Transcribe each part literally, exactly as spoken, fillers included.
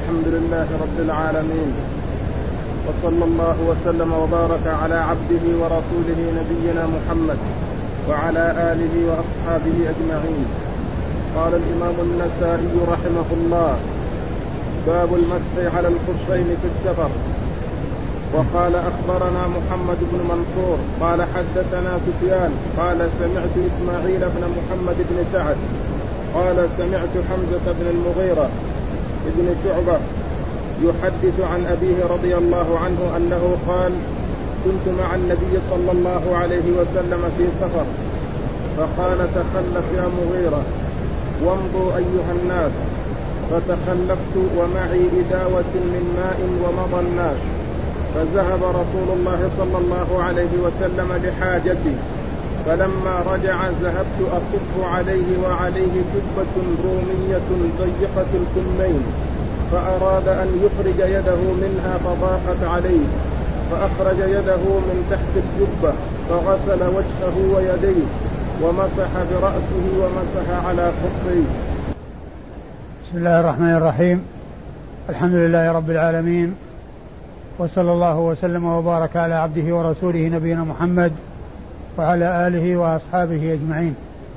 الحمد لله رب العالمين، وصلى الله وسلم وبارك على عبده ورسوله نبينا محمد وعلى آله وأصحابه أجمعين. قال الإمام النسائي رحمه الله: باب المسح على الخفين في السفر. وقال أخبرنا محمد بن منصور قال حدثنا سفيان قال سمعت إسماعيل بن محمد بن سعد قال سمعت حمزة بن المغيرة بن شعبة يحدث عن أبيه رضي الله عنه أنه قال: كنت مع النبي صلى الله عليه وسلم في سفر، فقال: تخلف يا مغيرة وامضوا أيها الناس، فتخلفت ومعي إداوة من ماء ومضى الناس، فذهب رسول الله صلى الله عليه وسلم لحاجتي، فلما رجع ذهبت أصب عليه وعليه جبة رومية ضيقة الكمين، فأراد أن يخرج يده منها فضاقت عليه، فأخرج يده من تحت الجبة فغسل وجهه ويديه ومسح برأسه ومسح على خفيه. بسم الله الرحمن الرحيم. الحمد لله رب العالمين، وصلى الله وسلم وبارك على عبده ورسوله نبينا محمد وعلى آله وأصحابه أجمعين.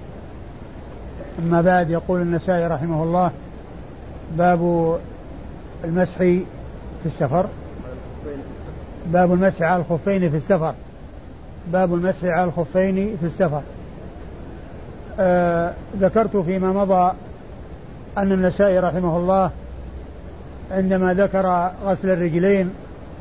أما بعد، يقول النسائي رحمه الله: باب المسح في السفر. باب المسح على الخفين في السفر. باب المسح على الخفين في السفر. آه ذكرت فيما مضى أن النسائي رحمه الله عندما ذكر غسل الرجلين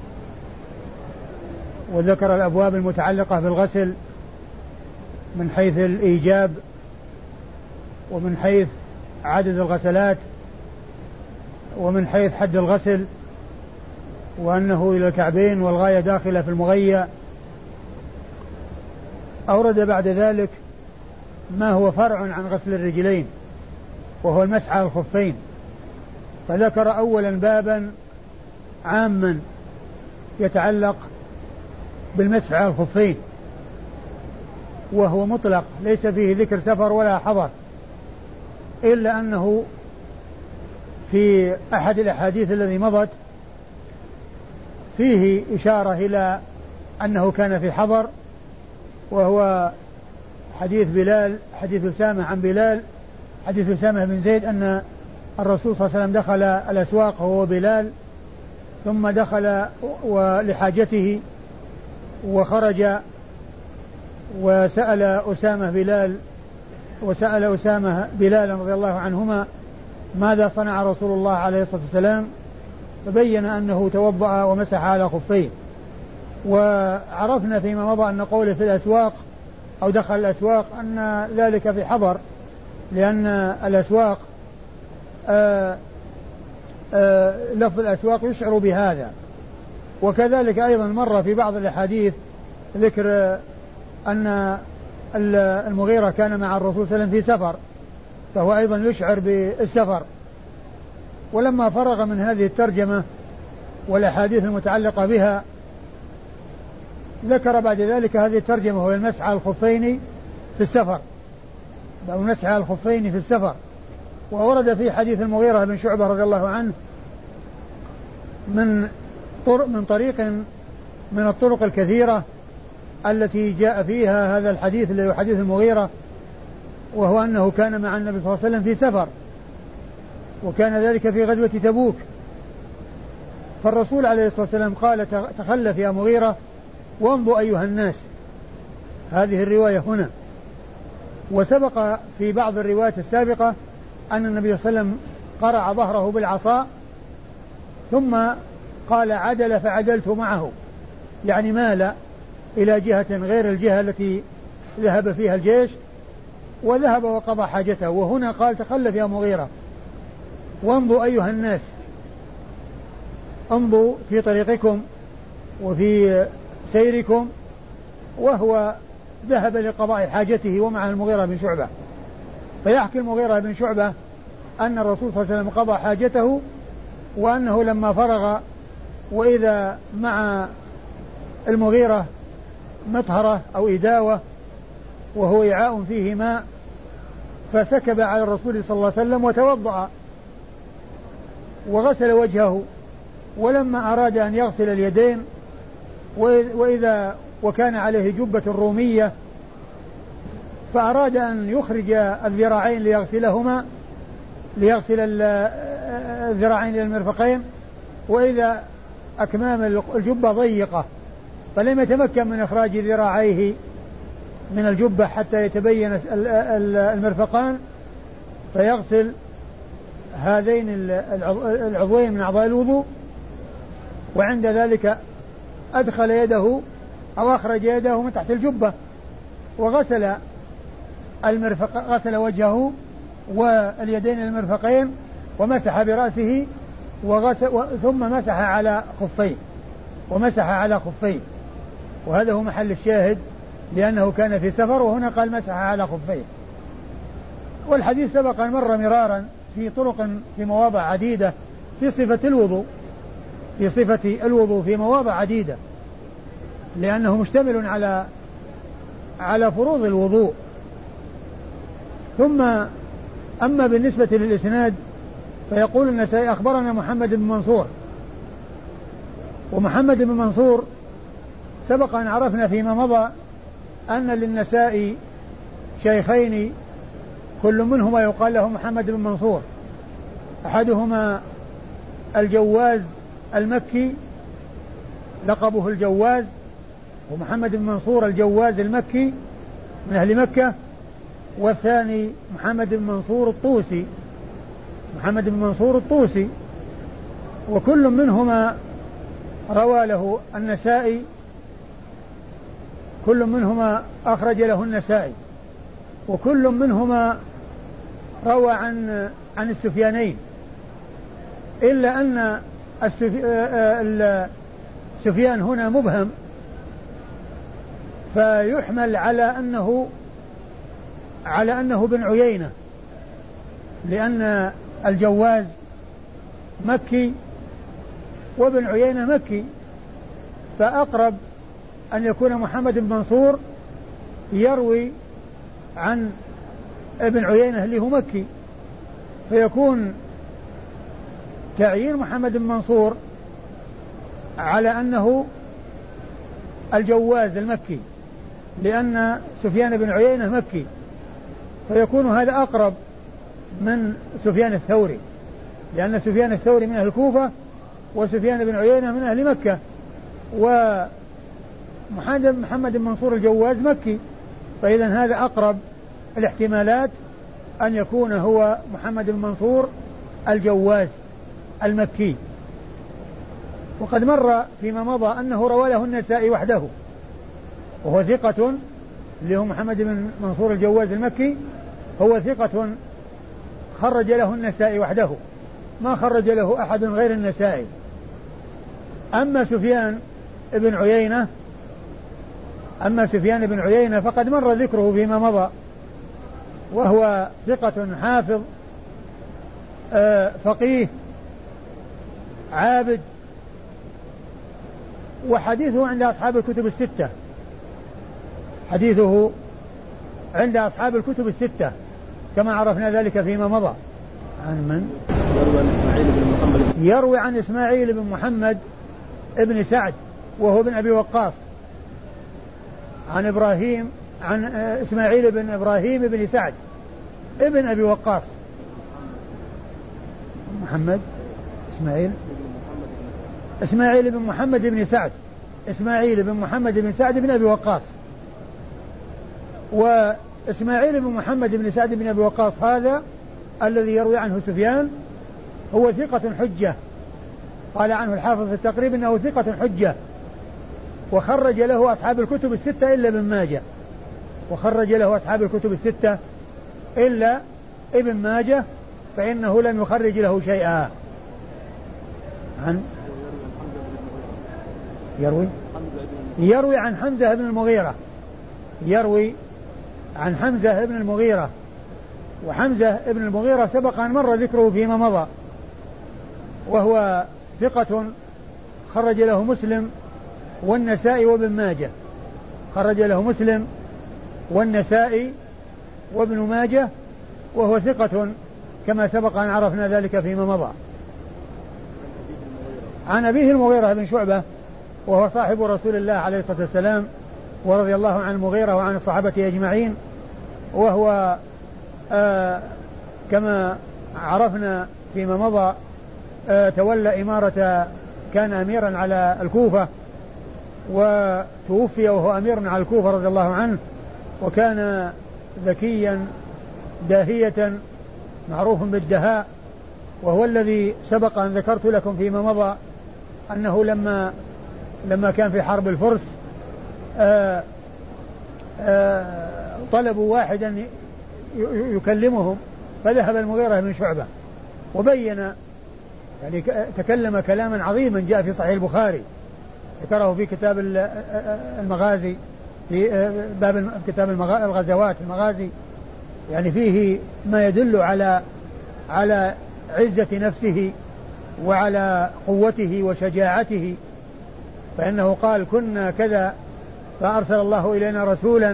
وذكر الأبواب المتعلقة بالغسل من حيث الإيجاب ومن حيث عدد الغسلات ومن حيث حد الغسل، وأنه إلى الكعبين والغاية داخلة في المغيّة، أورد بعد ذلك ما هو فرع عن غسل الرجلين وهو المسح على الخفين، فذكر أولا بابا عاما يتعلق بالمسح على الخفين، وهو مطلق ليس فيه ذكر سفر ولا حضر، إلا أنه في أحد الأحاديث الذي مضت فيه إشارة إلى أنه كان في حضر، وهو حديث بلال حديث أسامة عن بلال حديث أسامة بن زيد أن الرسول صلى الله عليه وسلم دخل الأسواق هو بلال، ثم دخل لحاجته وخرج وسأل أسامة بلال وسأل أسامة بلال رضي الله عنهما ماذا صنع رسول الله عليه الصلاة والسلام، فبين أنه توضأ ومسح على خفيه. وعرفنا فيما مضى أن قوله في الأسواق أو دخل الأسواق أن ذلك في حضر، لأن الأسواق آآ آآ لفظ الأسواق يشعر بهذا. وكذلك أيضا مر في بعض الأحاديث ذكر أن المغيرة كان مع الرسول صلى الله عليه وسلم في سفر، فهو أيضا يشعر بالسفر. ولما فرغ من هذه الترجمة والأحاديث المتعلقة بها ذكر بعد ذلك هذه الترجمة وهي المسح على الخفين في السفر. باب المسح على الخفين في السفر. وورد في حديث المغيرة بن شعبة رضي الله عنه من طرق من طريق من الطرق الكثيرة التي جاء فيها هذا الحديث الذي هو حديث المغيرة، وهو أنه كان مع النبي صلى الله عليه وسلم في سفر، وكان ذلك في غزوة تبوك، فالرسول عليه الصلاة والسلام قال: تخلف يا مغيرة وامضوا أيها الناس. هذه الرواية هنا. وسبق في بعض الروايات السابقة أن النبي صلى الله عليه وسلم قرع ظهره بالعصا ثم قال: عدل فعدلت معه، يعني مال إلى جهة غير الجهة التي ذهب فيها الجيش وذهب وقضى حاجته. وهنا قال: تخلف يا مغيرة وامضوا أيها الناس، امضوا في طريقكم وفي سيركم. وهو ذهب لقضاء حاجته ومع المغيرة بن شعبة. فيحكي المغيرة بن شعبة أن الرسول صلى الله عليه وسلم قضى حاجته، وأنه لما فرغ وإذا مع المغيرة مطهرة أو إداوة وهو وعاء فيه ماء، فسكب على الرسول صلى الله عليه وسلم وتوضأ وغسل وجهه، ولما أراد أن يغسل اليدين وإذا وكان عليه جبة رومية فأراد أن يخرج الذراعين ليغسلهما ليغسل الذراعين إلى المرفقين، وإذا أكمام الجبة ضيقة فلم يتمكن من إخراج ذراعيه من الجبة حتى يتبين المرفقان، فيغسل هذين العضوين من أعضاء الوضوء، وعند ذلك أدخل يده أو أخرج يده من تحت الجبة وغسل المرفق غسل وجهه واليدين المرفقين ومسح برأسه وغسل ثم مسح على خفيه ومسح على خفيه وهذا هو محل الشاهد لأنه كان في سفر، وهنا قال مسح على خفيه. والحديث سبق أن مر مرارا في طرق في مواضع عديدة في صفة الوضوء في صفة الوضوء في مواضع عديدة، لأنه مشتمل على على فروض الوضوء. ثم أما بالنسبة للإسناد فيقول النسائي أخبرنا محمد بن منصور، ومحمد بن منصور سبق أن عرفنا فيما مضى أن للنسائي شيخين كل منهما يقال له محمد بن منصور، أحدهما الجواز المكي لقبه الجواز، ومحمد بن منصور الجواز المكي من أهل مكة، والثاني محمد بن منصور الطوسي محمد بن منصور الطوسي وكل منهما روى له النسائي كل منهما أخرج له النسائي وكل منهما روى عن عن السفيانين، إلا أن السفيان هنا مبهم فيحمل على أنه على أنه بن عيينة، لأن الجواز مكي وابن عيينة مكي، فأقرب أن يكون محمد بن منصور يروي عن ابن عيينة اللي هو مكي، فيكون تعيين محمد بن منصور على أنه الجواز المكي لأن سفيان بن عيينة مكي، فيكون هذا أقرب من سفيان الثوري، لأن سفيان الثوري من أهل الكوفة وسفيان بن عيينة من أهل مكة، ومحمد بن منصور الجواز مكي، فإذا هذا أقرب الاحتمالات أن يكون هو محمد بن منصور الجواز المكي. وقد مر فيما مضى أنه روى له النسائي وحده وهو ثقة، اللي هو محمد بن منصور الجواز المكي هو ثقة خرج له النسائي وحده ما خرج له أحد غير النسائي. أما سفيان بن عيينة أما سفيان بن عيينة فقد مر ذكره فيما مضى، وهو ثقة حافظ فقيه عابد، وحديثه عند أصحاب الكتب الستة حديثه عند أصحاب الكتب الستة كما عرفنا ذلك فيما مضى. عن من؟ يروي عن إسماعيل بن محمد ابن سعد وهو ابن أبي وقاص، عن إبراهيم عن إسماعيل بن إبراهيم بن سعد ابن أبي وقاص. محمد إسماعيل إسماعيل بن محمد بن سعد إسماعيل بن محمد بن سعد بن أبي وقاص. وإسماعيل بن محمد بن سعد بن أبي وقاص هذا الذي يروي عنه سفيان هو ثقة حجة، قال عنه الحافظ في التقريب إنه ثقة حجة، وخرج له أصحاب الكتب الستة إلا ابن ماجه وخرج له أصحاب الكتب الستة إلا ابن ماجه فإنه لم يخرج له شيئا. عن يروي يروي عن حمزة بن المغيرة يروي عن حمزة بن المغيرة وحمزة بن المغيرة سبق أن مر ذكره فيما مضى، وهو ثقة خرج له مسلم والنسائي وابن ماجه خرج له مسلم والنسائي وابن ماجه، وهو ثقة كما سبق أن عرفنا ذلك فيما مضى. عن أبيه المغيرة بن شعبة وهو صاحب رسول الله عليه الصلاة والسلام ورضي الله عن المغيرة وعن الصحابة أجمعين، وهو آه كما عرفنا فيما مضى آه تولى إمارة، كان أميرا على الكوفة وتوفي وهو أمير على الكوفة رضي الله عنه، وكان ذكيا داهية معروف بالدهاء، وهو الذي سبق أن ذكرت لكم فيما مضى أنه لما لما كان في حرب الفرس آآ آآ طلبوا واحدا يكلمهم فذهب المغيرة بن شعبة وبين، يعني تكلم كلاما عظيما جاء في صحيح البخاري، ذكره في كتاب المغازي في باب كتاب الغزوات المغازي، يعني فيه ما يدل على على عزة نفسه وعلى قوته وشجاعته، فإنه قال كنا كذا فأرسل الله إلينا رسولا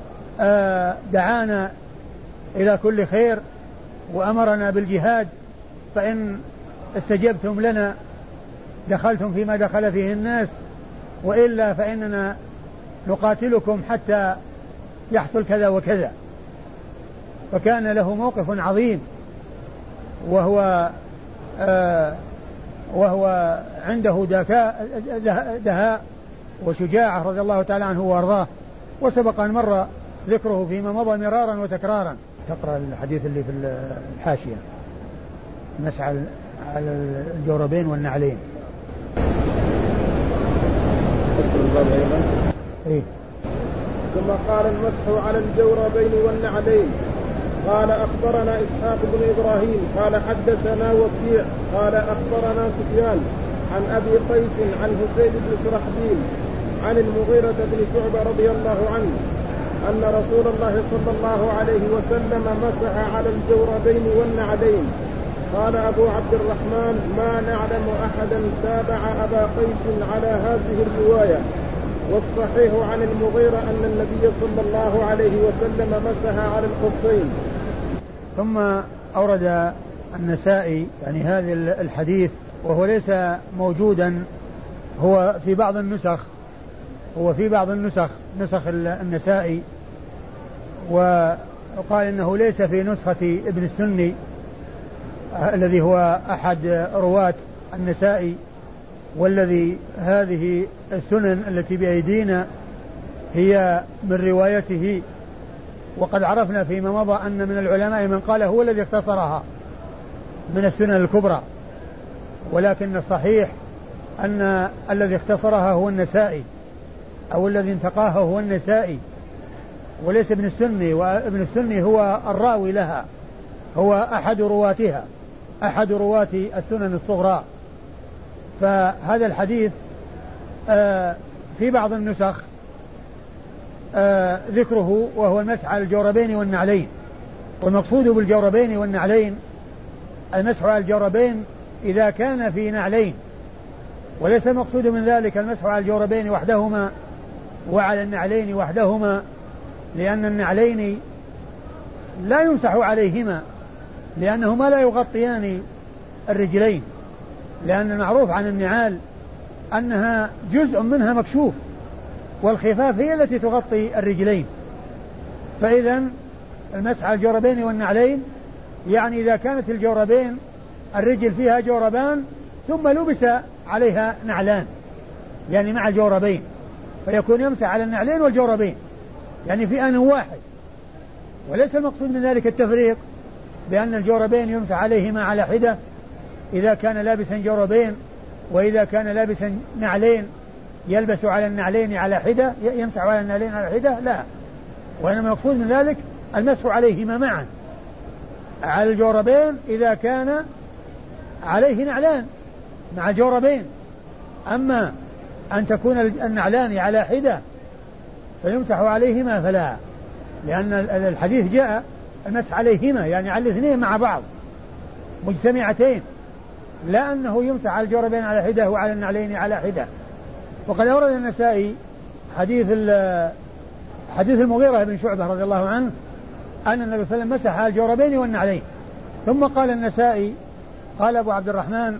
دعانا إلى كل خير وأمرنا بالجهاد، فإن استجبتم لنا دخلتم فيما دخل فيه الناس، وإلا فإننا نقاتلكم حتى يحصل كذا وكذا. فكان له موقف عظيم، وهو آه وهو عنده دكاء دهاء وشجاعة رضي الله تعالى عنه وارضاه، وسبق أن مر ذكره فيما مضى مرارا وتكرارا. تقرأ الحديث اللي في الحاشية، مسح على الجوربين والنعلين. إيه؟ ثم قال المسح على الجوربين والنعلين. قال أخبرنا إسحاق بن إبراهيم قال حدثنا وكيع قال أخبرنا سفيان عن أبي قيس عن حسين بن شرحبيل عن المغيرة بن شعبة رضي الله عنه أن رسول الله صلى الله عليه وسلم مسح على الجوربين والنعلين. قال أبو عبد الرحمن ما نعلم أحدا تابع أبا قيس على هذه الرواية، والصحيح عن المغيرة أن النبي صلى الله عليه وسلم مسح على الخفين. ثم أورد النسائي يعني هذا الحديث، وهو ليس موجودا، هو في بعض النسخ هو في بعض النسخ نسخ النسائي، وقال إنه ليس في نسخة ابن السني الذي هو أحد رواة النسائي، والذي هذه السنن التي بأيدينا هي من روايته. وقد عرفنا فيما مضى أن من العلماء من قال هو الذي اختصرها من السنن الكبرى، ولكن الصحيح أن الذي اختصرها هو النسائي، أو الذي انتقاها هو النسائي وليس ابن السني، وابن السني هو الراوي لها، هو أحد رواتها، أحد رواة السنن الصغرى. فهذا الحديث آه في بعض النسخ آه ذكره، وهو المسح على الجوربين والنعلين. والمقصود بالجوربين والنعلين المسح على الجوربين إذا كان في نعلين، وليس المقصود من ذلك المسح على الجوربين وحدهما وعلى النعلين وحدهما، لأن النعلين لا يمسح عليهما لأنهما لا يغطيان الرجلين، لأن المعروف عن النعال أنها جزء منها مكشوف، والخفاف هي التي تغطي الرجلين. فإذا المسح على الجوربين والنعلين يعني إذا كانت الجوربين الرجل فيها جوربان ثم لبس عليها نعلان، يعني مع الجوربين، فيكون يمسح على النعلين والجوربين يعني في آن واحد. وليس المقصود من ذلك التفريق بأن الجوربين يمسح عليهما على حدة إذا كان لابسا جوربين، وإذا كان لابسا نعلين يلبس على النعلين على حدة، يمسح على النعلين على حدة، لا. وإنما المقصود من ذلك المسح عليهما معا، على الجوربين إذا كان عليه نعلان مع الجوربين. أما أن تكون النعلان على حدة فيمسح عليهما فلا، لأن الحديث جاء المسح عليهما يعني على الاثنين مع بعض مجتمعتين، لا أنه يمسح على الجوربين على حدة وعلى النعلين على حدة. وقد أورد النسائي حديث حديث المغيرة بن شعبة رضي الله عنه أن النبي صلى الله عليه وسلم مسح على الجوربين والنعلين. ثم قال النسائي قال أبو عبد الرحمن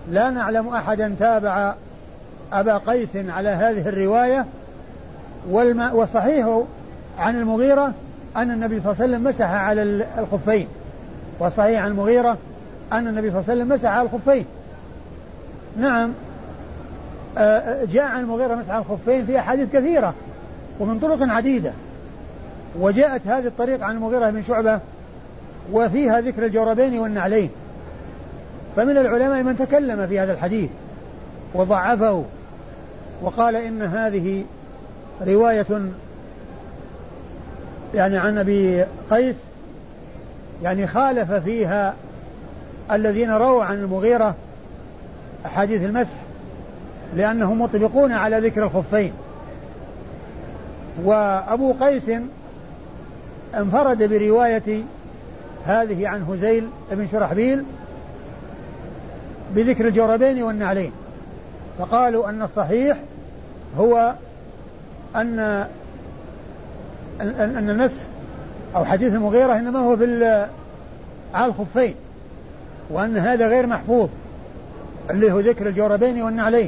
لا نعلم أحدا تابع أبا قيس على هذه الرواية. والصحيح عن المغيرة أن النبي صلى الله عليه وسلم مسح على الخفين، والصحيح عن المغيرة أن النبي صلى الله عليه وسلم مسح على الخفين. نعم جاء عن المغيرة مسح على الخفين في أحاديث كثيرة ومن طرق عديدة، وجاءت هذه الطريق عن المغيرة بن شعبة وفيها ذكر الجوربين والنعلين. فمن العلماء من تكلم في هذا الحديث وضعفه وقال إن هذه رواية يعني عن أبي قيس يعني خالف فيها الذين رووا عن المغيرة أحاديث المسح، لأنهم مطبقون على ذكر الخفين. وأبو قيس انفرد برواية هذه عن هزيل بن شرحبيل بذكر الجوربين والنعلين، فقالوا أن الصحيح هو أن أن المسح أو حديث المغيرة إنما هو في على الخفين، وأن هذا غير محفوظ اللي هو ذكر الجوربين والنعلين.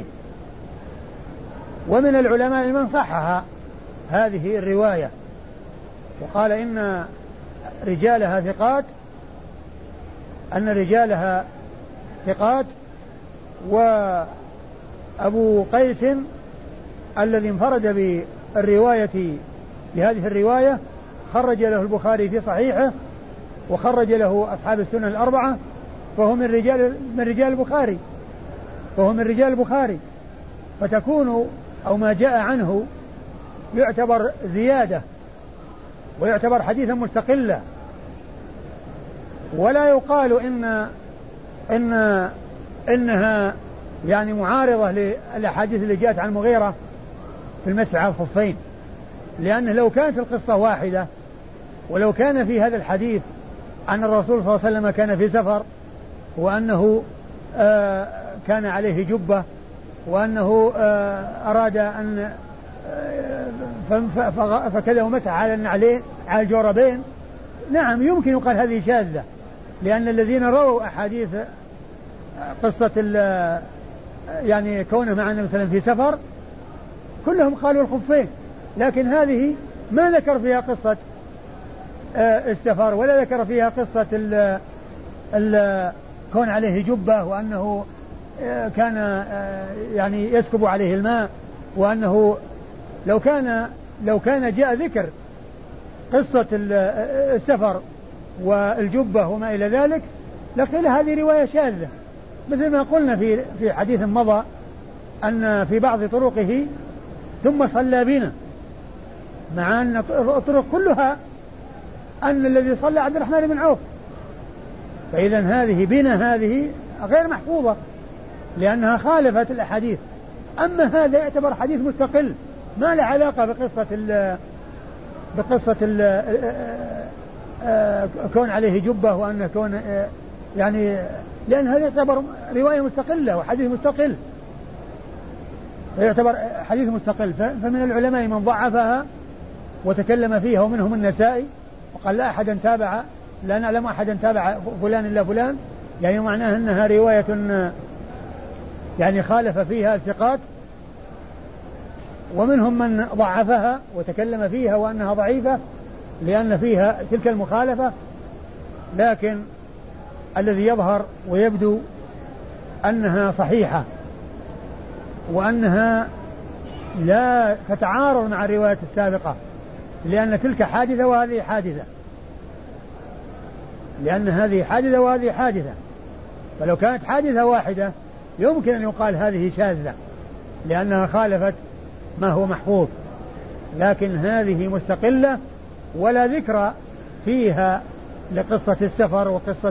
ومن العلماء من صحح هذه الرواية وقال إن رجالها ثقات أن رجالها ثقات وأبو قيس الذي انفرد بالرواية بهذه الرواية خرج له البخاري في صحيحه وخرج له أصحاب السنن الأربعة، فهو من رجال من رجال البخاري فهو من رجال البخاري فتكون أو ما جاء عنه يعتبر زيادة ويعتبر حديثا مستقلا، ولا يقال إن إن إنها يعني معارضة للأحاديث اللي جاءت عن المغيرة في المسح على الخفين، لأنه لو كانت القصة واحدة ولو كان في هذا الحديث أن الرسول صلى الله عليه وسلم كان في سفر وأنه آه كان عليه جبة وأنه آه أراد أن آه فكذا ومسح على النعلين على الجوربين، نعم يمكن يقال هذه شاذة، لأن الذين رووا أحاديث قصة يعني كونه مع النبي صلى الله عليه وسلم في سفر كلهم قالوا الخفين، لكن هذه ما ذكر فيها قصة السفر ولا ذكر فيها قصة ال ال كون عليه جبة وأنه كان يعني يسكب عليه الماء، وأنه لو كان لو كان جاء ذكر قصة السفر والجبة وما إلى ذلك لقيل هذه رواية شاذة، مثل ما قلنا في في حديث مضى أن في بعض طرقه ثم صلى بنا، مع أن الطرق كلها أن الذي صلى عبد الرحمن بن عوف، فإذا هذه بنا هذه غير محفوظة لأنها خالفت الأحاديث. أما هذا يعتبر حديث مستقل ما له علاقة بقصة ال بقصة ال كون عليه جبة وأن كون يعني، لأن هذا يعتبر رواية مستقلة وحديث مستقل يعتبر حديث مستقل. فمن العلماء من ضعفها وتكلم فيها ومنهم النسائي وقال لا أحدا تابع لا نعلم أحدا تابع فلان إلا فلان، يعني معناه أنها رواية يعني خالف فيها الثقات. ومنهم من ضعفها وتكلم فيها وأنها ضعيفة لأن فيها تلك المخالفة، لكن الذي يظهر ويبدو أنها صحيحة وأنها لا تتعارض مع الرواية السابقة، لأن تلك حادثة وهذه حادثة، لأن هذه حادثة وهذه حادثة، فلو كانت حادثة واحدة يمكن أن يقال هذه شاذة لأنها خالفت ما هو محفوظ، لكن هذه مستقلة ولا ذكر فيها لقصة السفر وقصة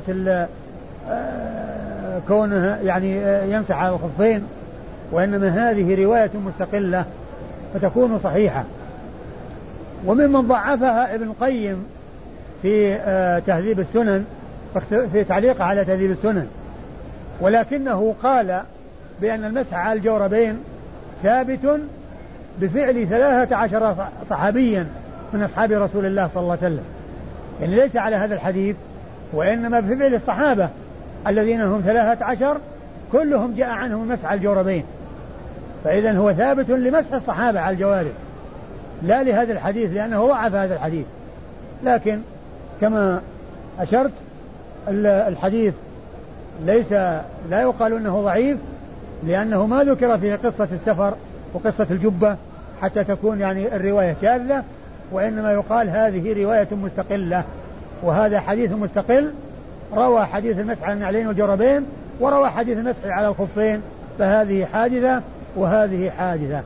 كونها يعني يمسح على الخفين، وإنما هذه رواية مستقلة فتكون صحيحة. وممن ضعفها ابن القيم في تهذيب السنن في تعليقه على تهذيب السنن، ولكنه قال بأن المسح على الجوربين ثابت بفعل ثلاثة عشر صحابيا من أصحاب رسول الله صلى الله عليه وسلم، يعني ليس على هذا الحديث وإنما بفعل الصحابة الذين هم ثلاثة عشر كلهم جاء عنهم المسح على الجوربين، فإذا هو ثابت لمسح الصحابة على الجوارب لا لهذا الحديث لأنه ضعف هذا الحديث. لكن كما أشرت الحديث ليس لا يقال أنه ضعيف لأنه ما ذكر فيه قصة السفر وقصة الجبة حتى تكون يعني الرواية شاذة، وإنما يقال هذه رواية مستقلة، وهذا حديث مستقل. روى حديث المسح على النعلين والجوربين وروى حديث المسح على الخفين، فهذه حادثة وهذه حادثة.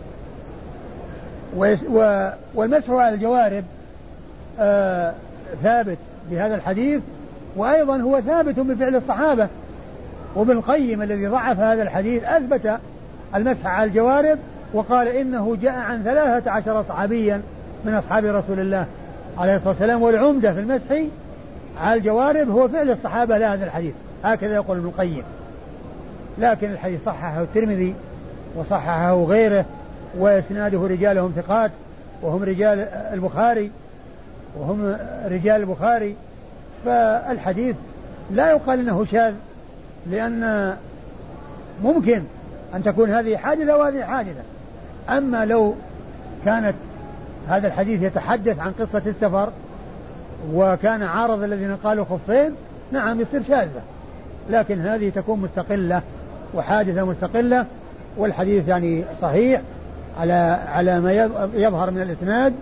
والمسح على الجوارب آه ثابت بهذا الحديث، وأيضا هو ثابت بفعل الصحابة. وابن القيم الذي ضعف هذا الحديث أثبت المسح على الجوارب وقال إنه جاء عن ثلاثة عشر صحابيا من أصحاب رسول الله عليه الصلاة والسلام، والعمدة في المسح على الجوارب هو فعل الصحابة لا هذا الحديث، هكذا يقول ابن القيم. لكن الحديث صححه الترمذي وصححه غيره، وإسناده رجالهم ثقات وهم رجال البخاري وهم رجال البخاري، فالحديث لا يقال انه شاذ، لأن ممكن أن تكون هذه حادثة وهذه حادثة. أما لو كانت هذا الحديث يتحدث عن قصة السفر وكان عارض الذين قالوا خفين، نعم يصير شاذة، لكن هذه تكون مستقلة وحادثة مستقلة، والحديث يعني صحيح على على ما يظهر من الإسناد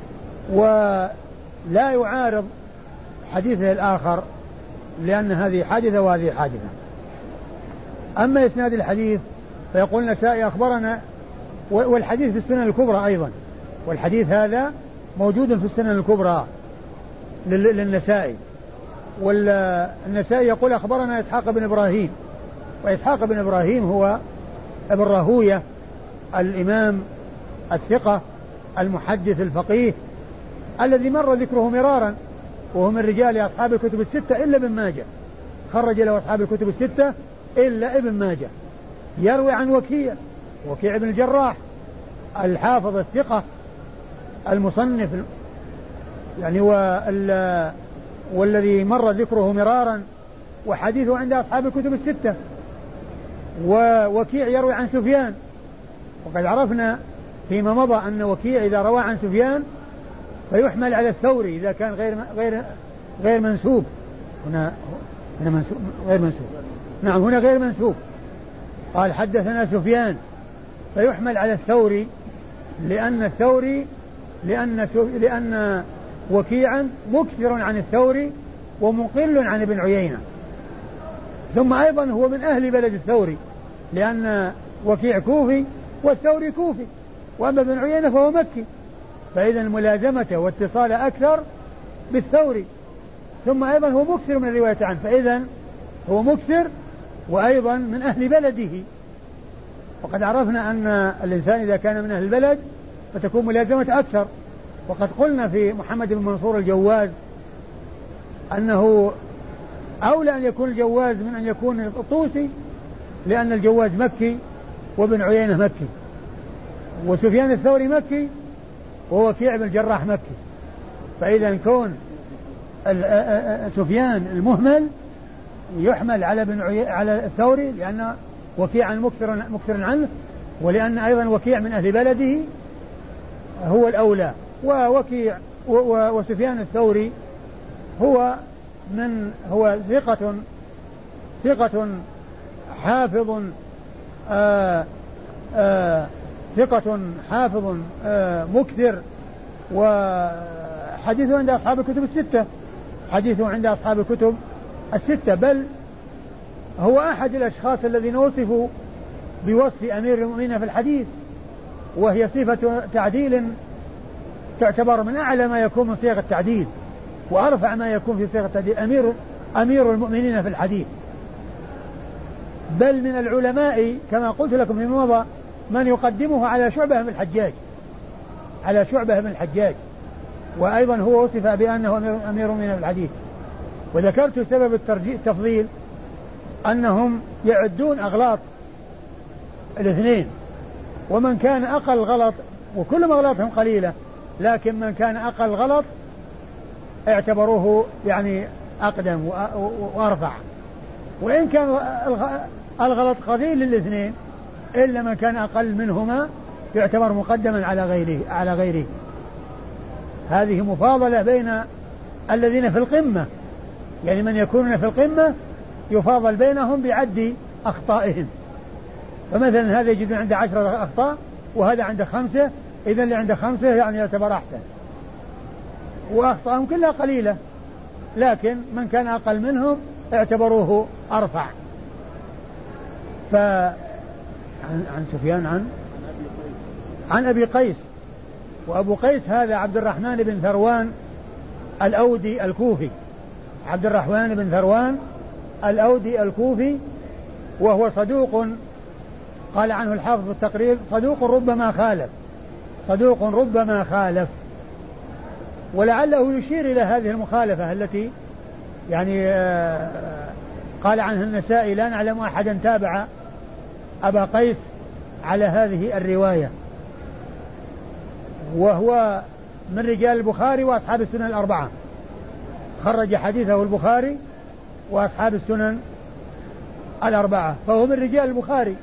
ولا يعارض حديثه الآخر، لأن هذه حادثة وهذه حادثة. أما إسناد الحديث فيقول النسائي أخبرنا، والحديث في السنن الكبرى أيضا، والحديث هذا موجود في السنن الكبرى للنسائي. والنسائي يقول أخبرنا إسحاق بن إبراهيم، وإسحاق بن إبراهيم هو ابن راهوية الإمام الثقة المحدث الفقيه الذي مر ذكره مرارا، وهو من رجال أصحاب الكتب الستة إلا ابن ماجه، خرج له أصحاب الكتب الستة إلا ابن ماجه. يروي عن وكيع وكيع بن الجراح الحافظ الثقة المصنف يعني والذي مر ذكره مرارا، وحديثه عند أصحاب الكتب الستة. ووكيع يروي عن سفيان، وقد عرفنا فيما مضى أن وكيع إذا روى عن سفيان فيحمل على الثوري إذا كان غير غير غير منسوب. هنا هنا منسوب غير منسوب، نعم هنا غير منسوب. قال حدثنا سفيان فيحمل على الثوري، لأن الثوري لأن لأن وكيعا مكثر عن الثوري ومقل عن ابن عيينة، ثم أيضا هو من أهل بلد الثوري، لأن وكيع كوفي والثوري كوفي، وأما ابن عيينة فهو مكي، فإذا الملازمة واتصال أكثر بالثوري، ثم أيضا هو مكثر من الرواية عنه، فإذا هو مكثر وأيضا من أهل بلده. وقد عرفنا أن الإنسان إذا كان من أهل البلد فتكون ملازمة أكثر. وقد قلنا في محمد بن منصور الجواز أنه أولى أن يكون الجواز من أن يكون الطوسي، لأن الجواز مكي وابن عيينة مكي، وسفيان الثوري مكي ووكيع بن الجراح مكي، فإذا كون سفيان المهمل يحمل على ابن عي... على الثوري لأن وكيعا مكثر مكثر عنه، ولأن أيضا وكيع من أهل بلده هو الأولى. ووكيع و... و... وسفيان الثوري هو من هو ثقة ثقة حافظ آآ آآ ثقة حافظ مكثر، وحديثه عند أصحاب الكتب الستة حديثه عند أصحاب الكتب الستة بل هو أحد الأشخاص الذين وصفوا بوصف أمير المؤمنين في الحديث، وهي صفة تعديل تعتبر من أعلى ما يكون من صيغ التعديل وأرفع ما يكون في صيغ التعديل، أمير أمير المؤمنين في الحديث. بل من العلماء كما قلت لكم في مضى من يقدمه على شعبة بن الحجاج على شعبة بن الحجاج وأيضا هو وصف بأنه أمير المؤمنين في الحديث. وذكرت سبب التفضيل أنهم يعدون أغلاط الاثنين، ومن كان أقل غلط، وكل أغلاطهم قليلة، لكن من كان أقل غلط اعتبروه يعني أقدم وأرفع، وإن كان الغلط قليل للاثنين، إلا من كان أقل منهما يعتبر مقدما على غيره على غيره. هذه مفاضلة بين الذين في القمة، يعني من يكونون في القمة يفاضل بينهم بعد أخطائهم. فمثلا هذا يجد عنده عشرة أخطاء وهذا عنده خمسة، إذن اللي عنده خمسة يعني يعتبر أحسن، وأخطاءهم كلها قليلة، لكن من كان أقل منهم اعتبروه أرفع. فعن عن سفيان عن عن أبي قيس، وأبو قيس هذا عبد الرحمن بن ثروان الأودي الكوفي، عبد الرحمن بن ثروان الأودي الكوفي، وهو صدوق قال عنه الحافظ في التقريب صدوق ربما خالف، صدوق ربما خالف. ولعله يشير إلى هذه المخالفة التي يعني قال عنها النسائي لا نعلم أحدا تابع أبا قيس على هذه الرواية. وهو من رجال البخاري وأصحاب السنن الأربعة، خرج حديثه البخاري وأصحاب السنن الأربعة، فهو من رجال البخاري.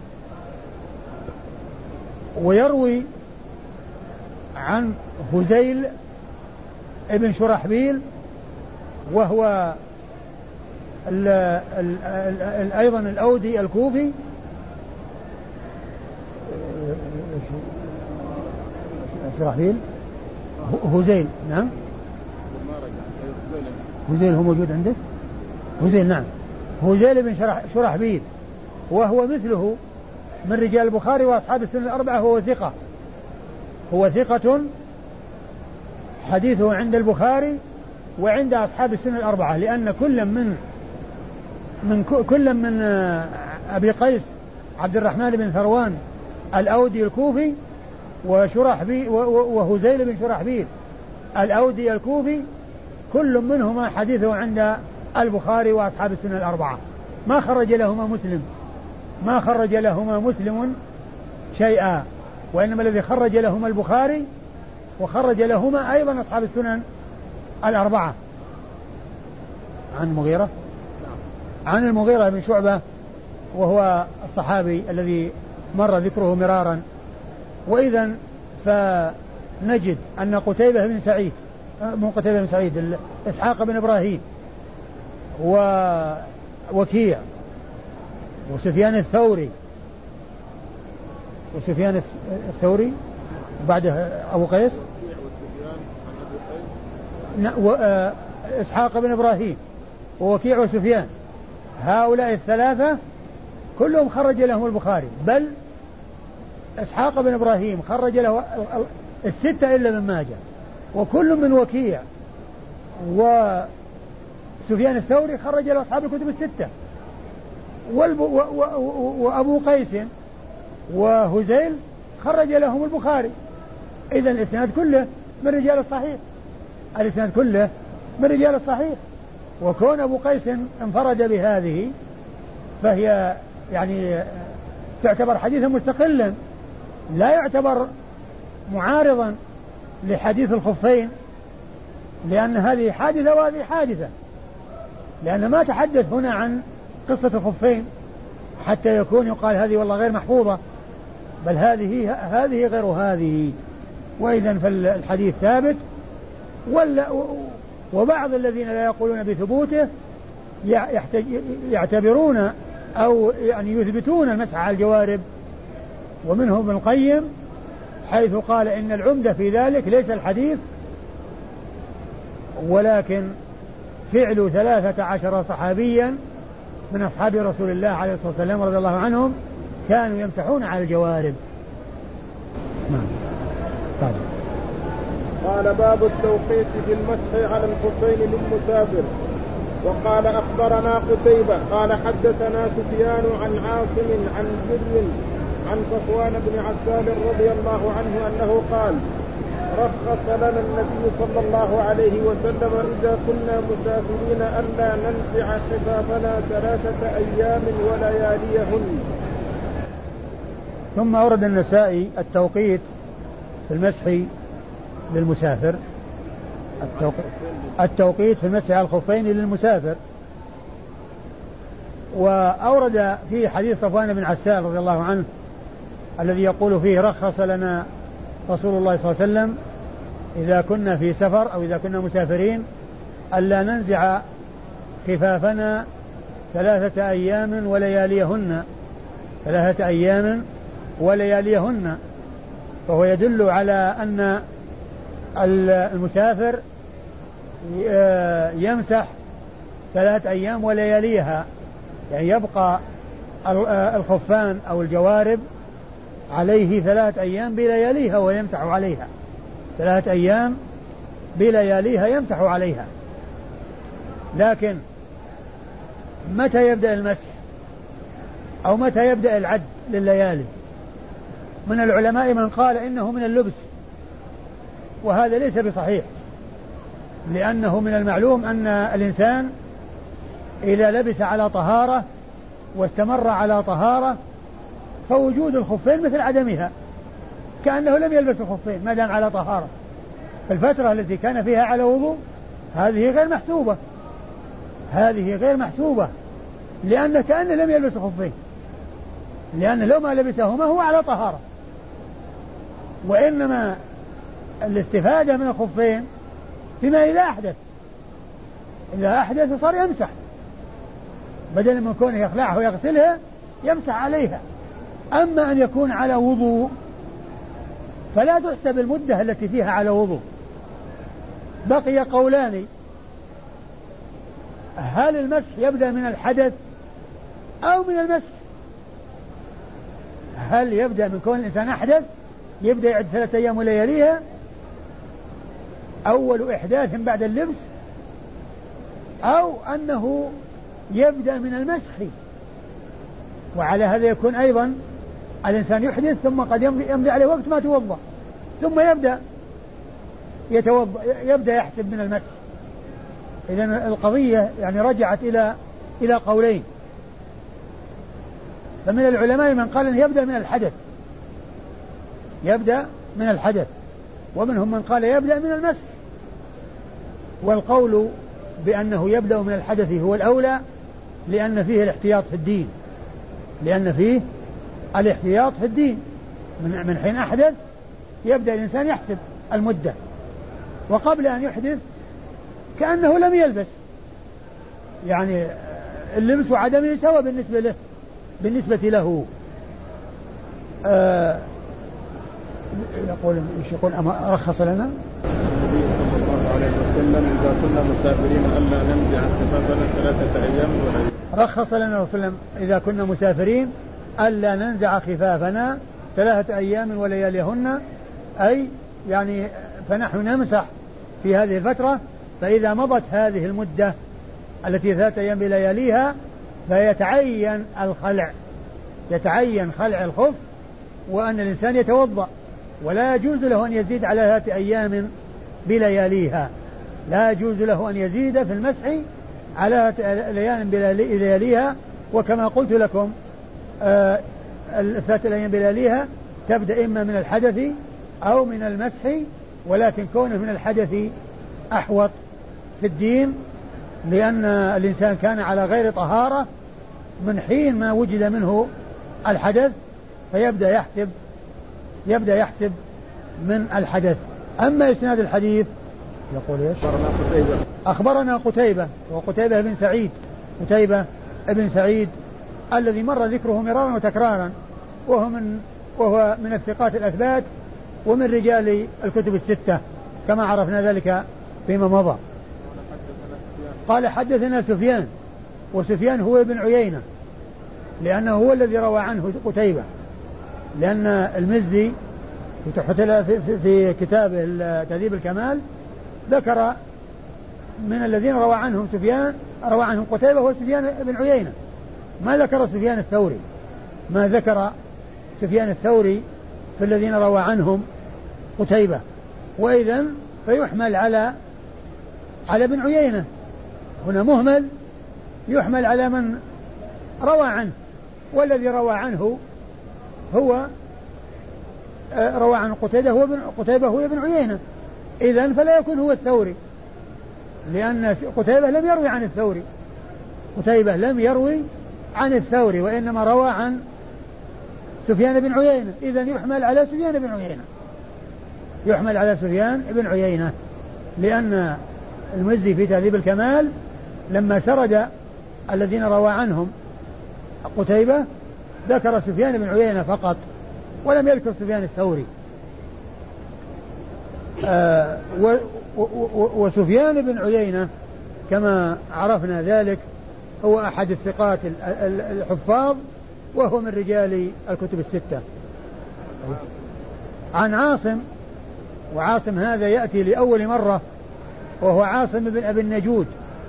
ويروي عن هزيل ابن شرحبيل، وهو ال ال ال أيضا الأودي الكوفي، شرحبيل هزيل نعم هزيل هو موجود عندك هزيل نعم هزيل بن شرح شرحبيل، وهو مثله من رجال البخاري وأصحاب السنن الأربعة، هو ثقة هو ثقة حديثه عند البخاري وعند أصحاب السنن الأربعة، لأن كل من من كل من أبي قيس عبد الرحمن بن ثروان الأودي الكوفي وشرحبيل وهزيل بن شرحبيل الأودي الكوفي، كل منهما حديثه عند البخاري وأصحاب السنن الأربعة، ما خرج لهما مسلم ما خرج لهما مسلم شيئا، وإنما الذي خرج لهما البخاري وخرج لهما أيضا أصحاب السنن الأربعة. عن المغيرة عن المغيرة بن شعبة، وهو الصحابي الذي مر ذكره مرارا. وإذا فنجد أن قتيبة بن سعيد مو قتيبة بن سعيد إسحاق بن إبراهيم ووكيع وسفيان الثوري وسفيان الثوري وبعده أبو قيس إسحاق بن إبراهيم ووكيع وسفيان، هؤلاء الثلاثة كلهم خرج لهم البخاري، بل إسحاق بن إبراهيم خرج له الستة إلا من ماجه، وكل من وكيع وسفيان الثوري خرج له أصحاب الكتب الستة، وأبو قيس وهزيل خرج لهم البخاري. إذن الإسناد كله من رجال الصحيح الإسناد كله من رجال الصحيح. وكون أبو قيس انفرد بهذه فهي يعني تعتبر حديثا مستقلا، لا يعتبر معارضا لحديث الخفين، لأن هذه حادثة وهذه حادثة، لأن ما تحدث هنا عن قصة الخفين حتى يكون يقال هذه والله غير محفوظة، بل هذه هذه غير هذه. وإذا فالحديث ثابت، وبعض الذين لا يقولون بثبوته يعتبرون أو يعني يثبتون المسح على الجوارب، ومنهم ابن القيم حيث قال إن العمدة في ذلك ليس الحديث ولكن فعل ثلاثة عشر صحابيا من أصحاب رسول الله عليه الصلاة والسلام رضي الله عنهم كانوا يمسحون على الجوارب. قال باب التوقيت في المسح على الخفين للمسافر. وقال أخبرنا قتيبة قال حدثنا سفيان عن عاصم عن زر عن صفوان بن عسال رضي الله عنه أنه قال رخص لنا النبي صلى الله عليه وسلم إذا كنا مسافرين ألا ننزع خفافنا ثلاثة أيام ولياليهن. ثم أورد النسائي التوقيت في المسح للمسافر، التوقيت في المسح على الخفين للمسافر. وأورد في حديث صفوان بن عسال رضي الله عنه الذي يقول فيه رخص لنا رسول الله صلى الله عليه وسلم إذا كنا في سفر أو إذا كنا مسافرين ألا ننزع خفافنا ثلاثة أيام ولياليهن ثلاثة أيام ولياليهن فهو يدل على أن المسافر يمسح ثلاثة أيام ولياليها، يعني يبقى الخفان أو الجوارب عليه ثلاثة أيام بلياليها ويمسح عليها، ثلاثة أيام بلياليها يمسح عليها. لكن متى يبدأ المسح أو متى يبدأ العد لليالي؟ من العلماء من قال إنه من اللبس، وهذا ليس بصحيح، لأنه من المعلوم أن الإنسان إذا لبس على طهارة واستمر على طهارة فوجود الخفين مثل عدمها، كأنه لم يلبس الخفين ما دام على طهارة. الفترة التي كان فيها على وضوء هذه غير محسوبة، هذه غير محسوبة لأنه كأنه لم يلبس الخفين، لأنه لو ما لبسهما هو على طهارة. وإنما الاستفادة من الخفين فيما إذا أحدث، إذا أحدث صار يمسح، بدل من كونه يخلعها ويغسلها يمسح عليها. أما أن يكون على وضوء فلا تحسب المدة التي فيها على وضوء. بقي قولان، هل المسح يبدأ من الحدث أو من المسح؟ هل يبدأ من كون الإنسان أحدث يبدأ يعد ثلاثة أيام ولياليها أول إحداث بعد اللبس، أو أنه يبدأ من المسح؟ وعلى هذا يكون أيضا الإنسان يحدث ثم قد يمضي, يمضي عليه وقت ما توضأ ثم يبدأ يتوضأ يبدأ يحسب من المسح. إذن القضية يعني رجعت إلى إلى قولين، فمن العلماء من قال أنه يبدأ من الحدث، يبدأ من الحدث، ومنهم من قال يبدأ من المسح. والقول بأنه يبدأ من الحدث هو الأولى، لأن فيه الاحتياط في الدين، لأن فيه الاحتياط في الدين. من حين أحدث يبدأ الإنسان يحسب المدة، وقبل أن يحدث كأنه لم يلبس، يعني اللبس وعدمه سواء بالنسبة له بالنسبة له. آه يقول ايش يقول رخص لنا النبي صلى الله عليه وسلم إذا كنا مسافرين ألا ننزع خفافنا ثلاثة أيام ولياليها. رخص لنا وسلم إذا كنا مسافرين ألا ننزع خفافنا ثلاثة أيام ولياليهن، أي يعني فنحن نمسح في هذه الفترة، فإذا مضت هذه المدة التي ثلاثة أيام بلياليها فيتعين الخلع، يتعين خلع الخف، وأن الإنسان يتوضأ، ولا يجوز له أن يزيد على ثلاثة أيام بلياليها، لا يجوز له أن يزيد في المسح على ليال بلياليها. وكما قلت لكم آه الثلاثة أيام بلياليها تبدأ إما من الحدث أو من المسح، ولكن كونه من الحدث أحوط في الدين، لأن الإنسان كان على غير طهارة من حين ما وجد منه الحدث، فيبدأ يحسب يبدأ يحسب من الحدث. أما إسناد الحديث يقول إيش؟ أخبرنا قتيبة أخبرنا قتيبة وقتيبة بن سعيد قتيبة بن سعيد الذي مر ذكره مرارا وتكرارا، وهو من وهو من الثقات الأثبات ومن رجال الكتب الستة كما عرفنا ذلك فيما مضى. قال حدثنا سفيان، وسفيان هو ابن عيينة، لأنه هو الذي روى عنه قتيبة، لأن المزي في, في كتاب تهذيب الكمال ذكر من الذين روى عنهم سفيان روى عنهم قتيبة هو سفيان بن عيينة، ما ذكر سفيان الثوري، ما ذكر سفيان الثوري في الذين روى عنهم قتيبة، وإذن فيحمل على على ابن عيينة، هنا مهمل يحمل على من روى عنه، والذي روى عنه هو روى عن قتيبة هو ابن قتيبة هو ابن عيينة، إذن فلا يكون هو الثوري، لأن قتيبة لم يروي عن الثوري، قتيبة لم يروي عن الثوري وإنما روى عن سفيان بن عيينة، إذن يحمل على سفيان بن عيينة، يحمل على سفيان بن عيينة، لأن المزي في تهذيب الكمال لما سرد الذين روى عنهم قتيبة ذكر سفيان بن عيينة فقط ولم يذكر سفيان الثوري. آه و و وسفيان بن عيينة كما عرفنا ذلك هو أحد الثقات الحفاظ، وهو من رجال الكتب الستة. عن عاصم، وعاصم هذا يأتي لأول مرة، وهو عاصم بن أبي النجود.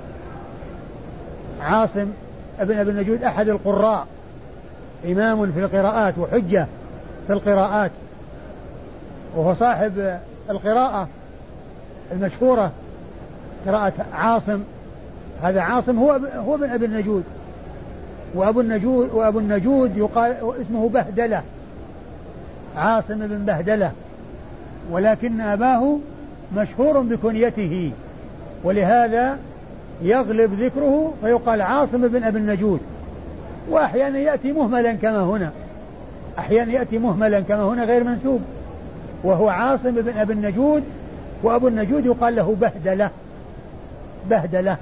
عاصم بن أبي النجود أحد القراء، إمام في القراءات وحجة في القراءات، وهو صاحب القراءة المشهورة قراءة عاصم. هذا عاصم هو هو بن أبي النجود، وأبو النجود وأبو النجود يقال اسمه بهدلة، عاصم بن بهدلة، ولكن أباه مشهور بكنيته، ولهذا يغلب ذكره فيقال عاصم بن أبي النجود. وأحيانا يأتي مهملا كما هنا، أحيانا يأتي مهملا كما هنا غير منسوب، وهو عاصم بن أبي النجود، وأبو النجود يقال له بهدلة، بهدلة،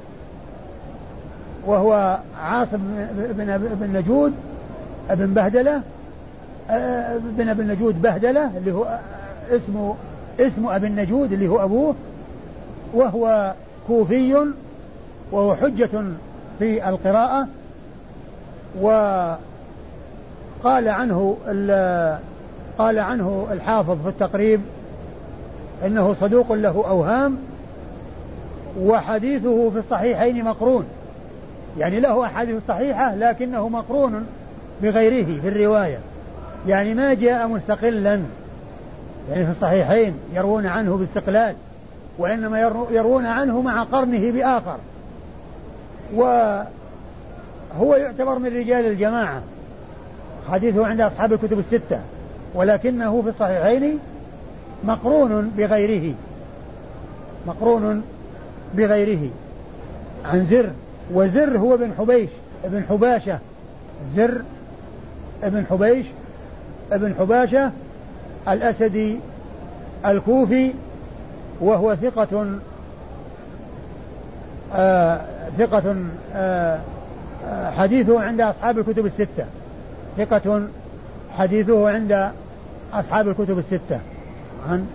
وهو عاصم بن أبي النجود ابن بهدلة بن أبي النجود بهدلة اللي هو اسمه اسم أبي النجود اللي هو أبوه، وهو كوفي، وهو حجة في القراءة. وقال عنه قال عنه الحافظ في التقريب إنه صدوق له أوهام، وحديثه في الصحيحين مقرون، يعني له أحاديث صحيحة لكنه مقرون بغيره في الرواية، يعني ما جاء مستقلا، يعني في الصحيحين يروون عنه باستقلال، وإنما يروون عنه مع قرنه بآخر، وهو يعتبر من رجال الجماعة، حديثه عند أصحاب الكتب الستة، ولكنه في الصحيحين مقرون بغيره، مقرون بغيره. عن زر، وزر هو ابن حبيش ابن حباشة، زر ابن حبيش ابن حباشة الأسدي الكوفي، وهو ثقة آه ثقة آه حديثه عند أصحاب الكتب الستة، ثقة حديثه عند أصحاب الكتب الستة. عن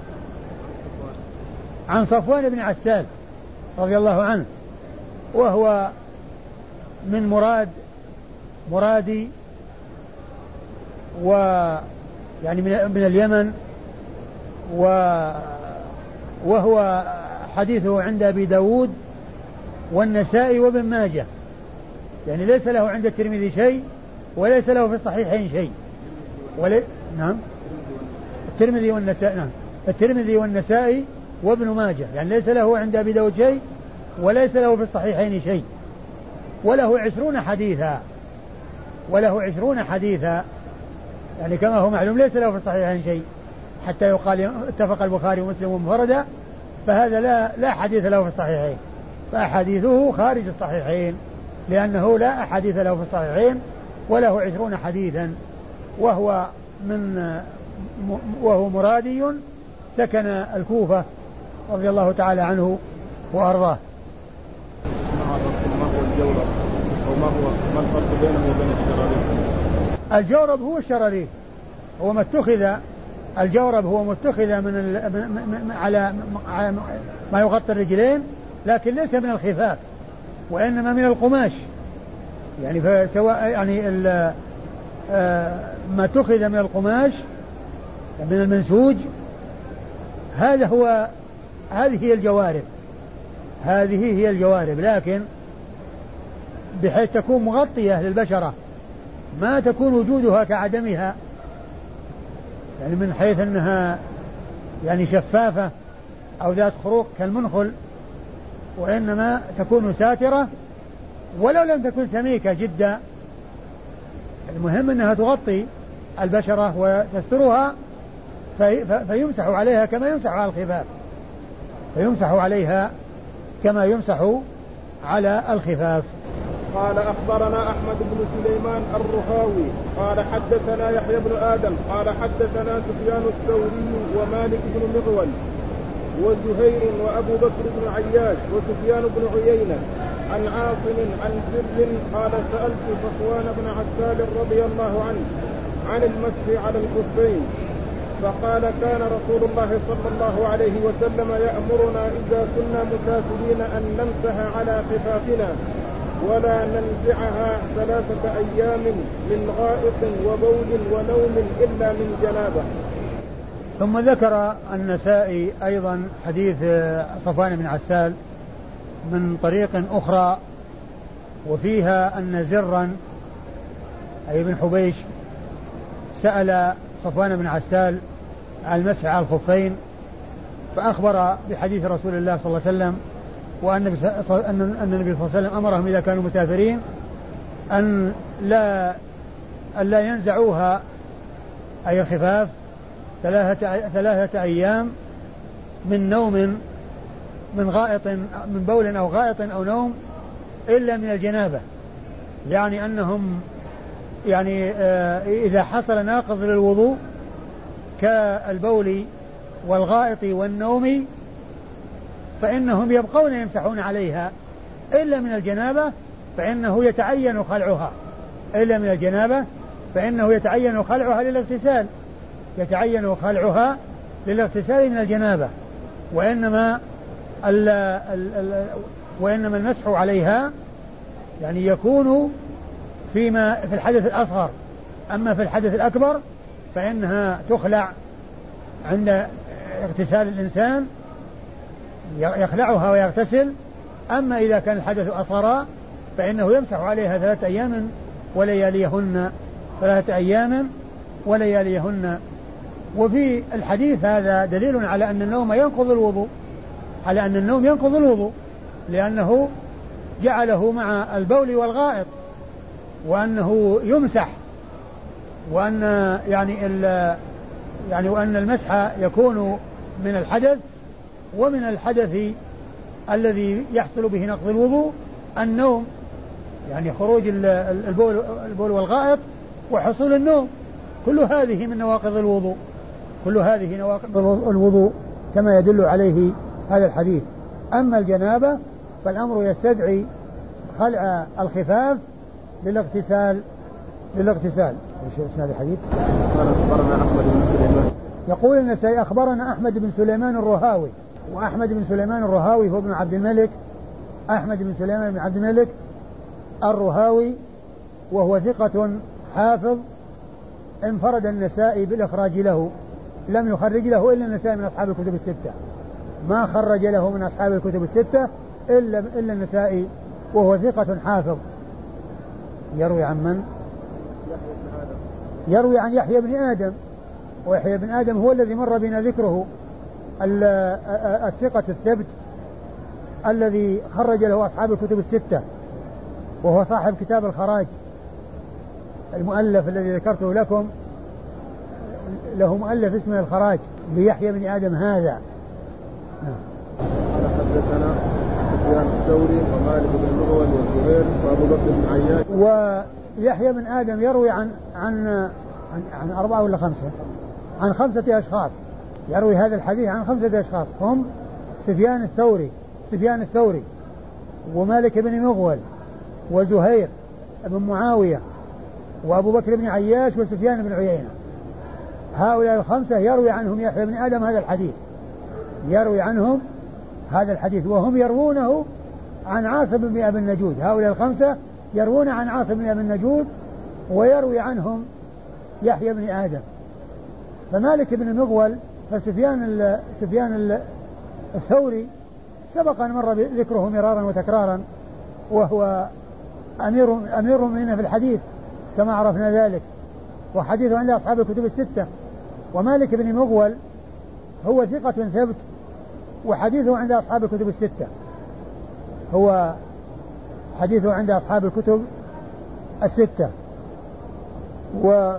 عن صفوان بن عسال رضي الله عنه، وهو من مراد مرادي، ويعني من, من اليمن، وهو حديثه عند أبي داود والنسائي وابن ماجه، يعني ليس له عند الترمذي شيء، وليس له في الصحيحين شيء، ولي... نعم الترمذي والنسائي، نعم الترمذي والنسائي وابن ماجه، يعني ليس له عند أبي داود شيء، وليس له في الصحيحين شيء، وله عشرون حديثا، وله عشرون حديثا، يعني كما هو معلوم ليس له في الصحيحين شيء حتى يقال اتفق البخاري ومسلم منفردا، فهذا لا لا حديث له في الصحيحين، فأحاديثه خارج الصحيحين، لأنه لا أحاديث له في الصحيحين، وله عشرون حديثا، وهو من وهو مرادي سكن الكوفة رضي الله تعالى عنه وأرضاه. ما هو الجورب وما هو ما الفرق بينه وبين الشراريف؟ الجورب هو الشراريف، هو ما اتخذ الجورب هو متخذ من ال... على ما يغطي الرجلين، لكن ليس من الخفاف، وإنما من القماش، يعني فسواء يعني ال... ما اتخذ من القماش من المنسوج، هذا هو هذه هي الجوارب، هذه هي الجوارب، لكن بحيث تكون مغطية للبشرة، ما تكون وجودها كعدمها، يعني من حيث أنها يعني شفافة أو ذات خروق كالمنخل، وإنما تكون ساترة ولو لم تكن سميكة جدا، المهم أنها تغطي البشرة وتسترها، في فيمسح عليها كما يمسح على الخفاف، فيمسح عليها كما يمسح على الخفاف. قال أخبرنا أحمد بن سليمان الرهاوي قال حدثنا يحيى بن آدم قال حدثنا سفيان الثوري ومالك بن مغول وزهير وأبو بكر بن عياش وسفيان بن عيينة عن عاصم عن زر قال سألت صفوان بن عسال رضي الله عنه عن المسح على الخفين فقال كان رسول الله صلى الله عليه وسلم يأمرنا إذا كنا مسافرين أن نمسح على خفافنا ولا ننزعها ثلاثة أيام من غائط وبول ونوم إلا من جنابة. ثم ذكر النسائي أيضا حديث صفوان بن عسال من طريق أخرى وفيها أن زرا أي بن حبيش سأل صفوان بن عسال عن المسح على الخفين فأخبر بحديث رسول الله صلى الله عليه وسلم وأن النبي صلى الله عليه وسلم أمرهم إذا كانوا مسافرين أن لا, أن لا ينزعوها أي الخفاف ثلاثة, ثلاثة أيام من نوم من غائط من بول أو غائط أو نوم إلا من الجنابة، يعني أنهم يعني إذا حصل ناقض للوضوء كالبول والغائط والنوم فإنهم يبقون يمسحون عليها إلا من الجنابة فإنه يتعين خلعها إلا من الجنابة فإنه يتعين خلعها للاغتسال يتعين خلعها للاغتسال من الجنابة وإنما ال ال ال وإنما المسح عليها يعني يكون فيما في الحدث الأصغر، أما في الحدث الأكبر فإنها تخلع عند اغتسال الإنسان يخلعها ويغتسل، أما إذا كان الحدث أصغر فإنه يمسح عليها ثلاثة أيام ولياليهن ثلاثة أيام ولياليهن. وفي الحديث هذا دليل على أن النوم ينقض الوضوء على أن النوم ينقض الوضوء لأنه جعله مع البول والغائط وأنه يمسح وأن يعني يعني وأن المسح يكون من الحدث ومن الحدث الذي يحصل به نقض الوضوء النوم يعني خروج البول, البول والغائط وحصول النوم كل هذه من نواقض الوضوء كل هذه نواقض الوضوء كما يدل عليه هذا الحديث. أما الجنابة فالأمر يستدعي خلع الخفاف للاغتسال للاغتسال. ايش اسناد الحديث؟ قال أخبرنا أحمد بن سليمان. يقول النسائي أخبرنا أحمد بن سليمان الرهاوي، وأحمد بن سليمان الرهاوي هو ابن عبد الملك أحمد بن سليمان بن عبد الملك الرهاوي وهو ثقة حافظ انفرد النسائي بالإخراج له لم يخرج له إلا النسائي من أصحاب الكتب الستة ما خرج له من أصحاب الكتب الستة إلا, إلا النسائي وهو ثقة حافظ. يروي عن من؟ يروي عن يحيى بن آدم ويحيى بن آدم هو الذي مر بنا ذكره الثقة الثبت الذي خرج له أصحاب الكتب الستة وهو صاحب كتاب الخراج المؤلف الذي ذكرته لكم له مؤلف اسمه الخراج ليحيى بن آدم هذا. حدثنا سفيان الثوري ومالك بن مغول وزهير وابو بكر بن عياش. ويحيى بن آدم يروي عن عن عن, عن أربعة ولا خمسة عن خمسة أشخاص يروي هذا الحديث عن خمسة أشخاص هم سفيان الثوري سفيان الثوري ومالك بن مغول وزهير بن معاوية وأبو بكر بن عياش وسفيان بن عيينة. هؤلاء الخمسة يروي عنهم يحيى بن آدم هذا الحديث يروي عنهم هذا الحديث وهم يروونه عن عاصم بن أبي النجود. هؤلاء الخمسة يروون عن عاصم بن أبي النجود ويروي عنهم يحيى بن آدم. فمالك بن مغول فسفيان سفيان الثوري سبق أن مر ذكره مرارا وتكرارا وهو أمير أمير المؤمنين في الحديث كما عرفنا ذلك وحديثه عند أصحاب الكتب الستة. ومالك بن مغول هو ثقة ثبت وحديثه عند أصحاب الكتب الستة هو حديثه عند أصحاب الكتب الستة. و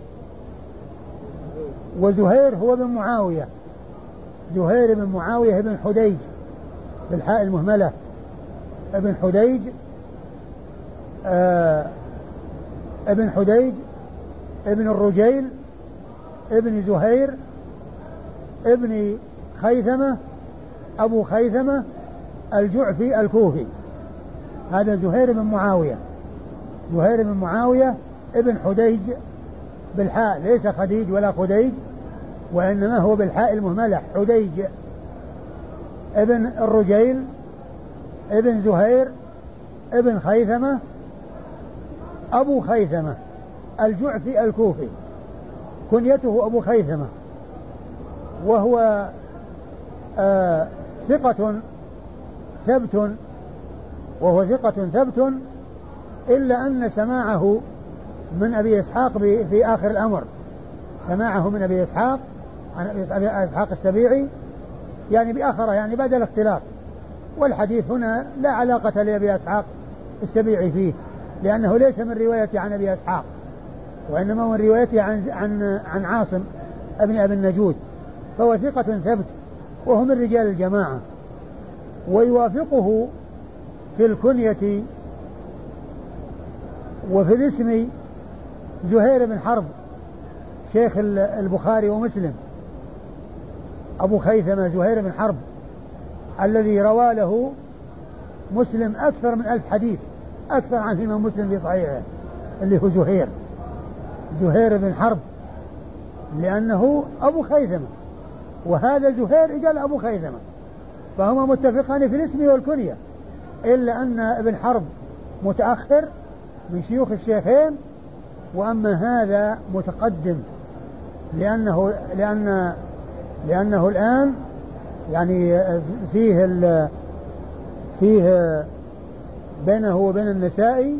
وزهير هو بن معاوية زهير بن معاوية بن حديج بالحاء المهملة ابن حديج آه ابن حديج ابن الرجيل ابن زهير ابن خيثمة أبو خيثمة الجعفي الكوفي. هذا زهير بن معاوية، زهير بن معاوية ابن حديج بالحاء، ليس خديج ولا خديج، وإنما هو بالحاء المهملة حديج، ابن الرجيل ابن زهير ابن خيثمة أبو خيثمة الجعفي الكوفي، كنيته أبو خيثمة، وهو آه ثقة ثبت، وهو ثقة ثبت، إلا أن سماعه من أبي إسحاق في آخر الأمر، سماعه من أبي إسحاق عن أبي إسحاق السبيعي يعني بآخره، يعني بعد الاختلاط. والحديث هنا لا علاقة لأبي إسحاق السبيعي فيه، لأنه ليس من رواية عن أبي إسحاق، وإنما من روايته عن عن عن عاصم ابن أبي النجود، فهو ثقة ثبت وهو من رجال الجماعة. ويوافقه في الكنية وفي الاسم زهير بن حرب شيخ البخاري ومسلم، أبو خيثمة زهير بن حرب الذي روى له مسلم أكثر من ألف حديث، أكثر عن الإمام مسلم في صحيحه، اللي هو زهير زهير بن حرب، لأنه أبو خيثمة، وهذا زهير قال أبو خيثمة، فهما متفقان في الاسم والكنية، إلا أن ابن حرب متأخر من شيوخ الشيخين، وأما هذا متقدم، لأنه لأن لأنه الآن يعني فيه فيه بينه وبين النسائي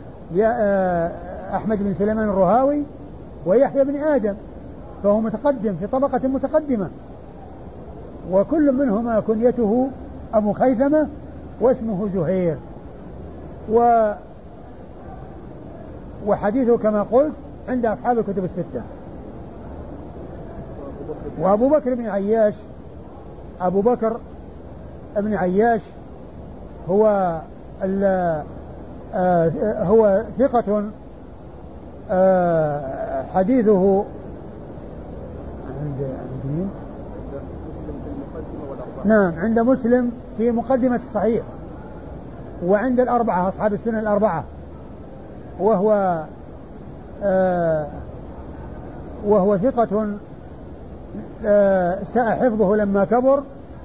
أحمد بن سليمان الرهاوي ويحيى بن آدم، فهو متقدم في طبقة متقدمة، وكل منهما كنيته أبو خيثمة واسمه زهير. و وحديثه كما قلت عند أصحاب الكتب الستة. وأبو بكر بن عياش أبو بكر بن عياش هو آه هو ثقة آه حديثه عند مين؟ نعم عند مسلم في مقدمة الصحيح، وعند الأربعة أصحاب السنن الأربعة، وهو آه وهو ثقة آه ساء حفظه لما كبر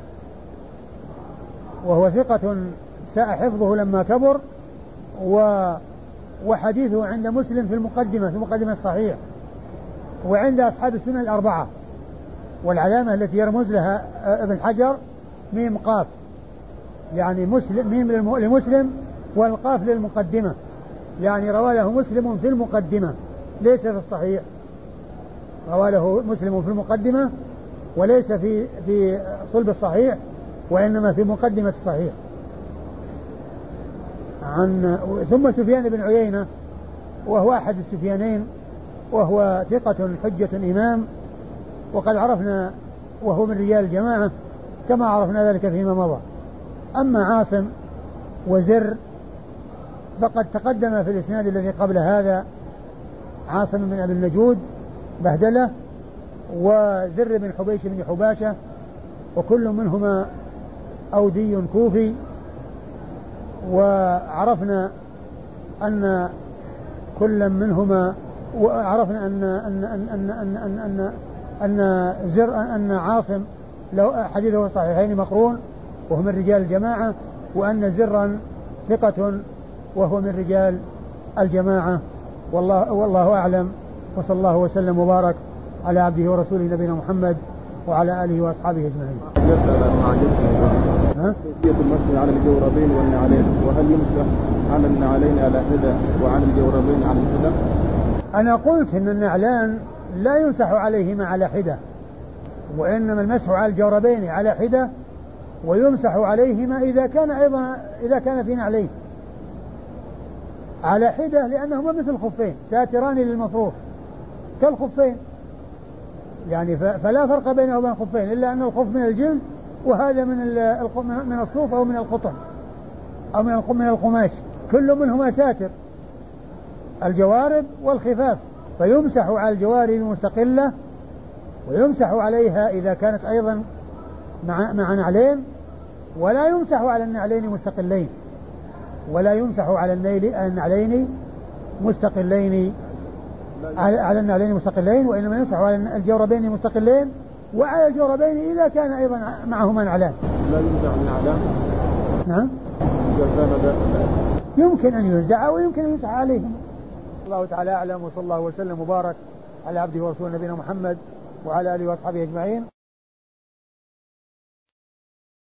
وهو ثقة ساء حفظه لما كبر و وحديثه عند مسلم في المقدمة في مقدمة الصحيح، وعند أصحاب السنن الأربعة، والعلامة التي يرمز لها ابن حجر ميم قاف، يعني مسلم ميم لمسلم والقاف للمقدمة، يعني روى له مسلم في المقدمة ليس في الصحيح، روى له مسلم في المقدمة وليس في في صلب الصحيح، وإنما في مقدمة الصحيح. عن ثم سفيان بن عيينة وهو أحد السفيانين، وهو ثقة حجة إمام، وقد عرفنا وهو من رجال الجماعة كما عرفنا ذلك فيما مضى. أما عاصم وزر فقد تقدم في الإسناد الذي قبل هذا عاصم بن أبي النجود بهدلة، وزر بن حبيش بن حباشة، وكل منهما أودي كوفي. وعرفنا أن كل منهما وعرفنا أن أن أن أن أن أن, أن, أن زر أن عاصم لو حديثه الصحيحين مقرون وهو من رجال الجماعة، وأن زرا ثقة وهو من رجال الجماعة. والله والله أعلم، وصلى الله وسلم وبارك على عبده ورسوله نبينا محمد وعلى آله وأصحابه أجمعين. كيفية المسح على الجوربين والنعلين، وهل يمسح على النعلين على حدة وعلى الجوربين على حدة؟ أنا قلت إن النعلان لا يمسح عليهما على حدة، وإنما المسح على الجوربين على حدة، ويمسح عليهما إذا كان أيضا إذا كان في نعلين على حدة، لأنهما مثل الخفين ساتران للمصروف كالخفين، يعني فلا فرق بينه وبين الخفين، إلا أن الخف من الجلد وهذا من من الصوف أو من القطن أو من من القماش، كل منهما ساتر الجوارب والخفاف، فيمسح على الجوارب المستقلة ويمسح عليها إذا كانت أيضا مع, مع نعلين، ولا يمسح على النعلين مستقلين ولا يمسح على النعلين مستقلين على النعلين مستقلين وإنما يمسح على الجوربين مستقلين وعلى الجوربين إذا كان أيضا معهما نعلان. لا ينزع النعلان. نعم يمكن أن ينزع ويمكن أن يمسح عليهم. الله تعالى أعلم، وصلى الله وسلم وبارك على عبده ورسوله نبينا محمد وعلى آله وأصحابه أجمعين.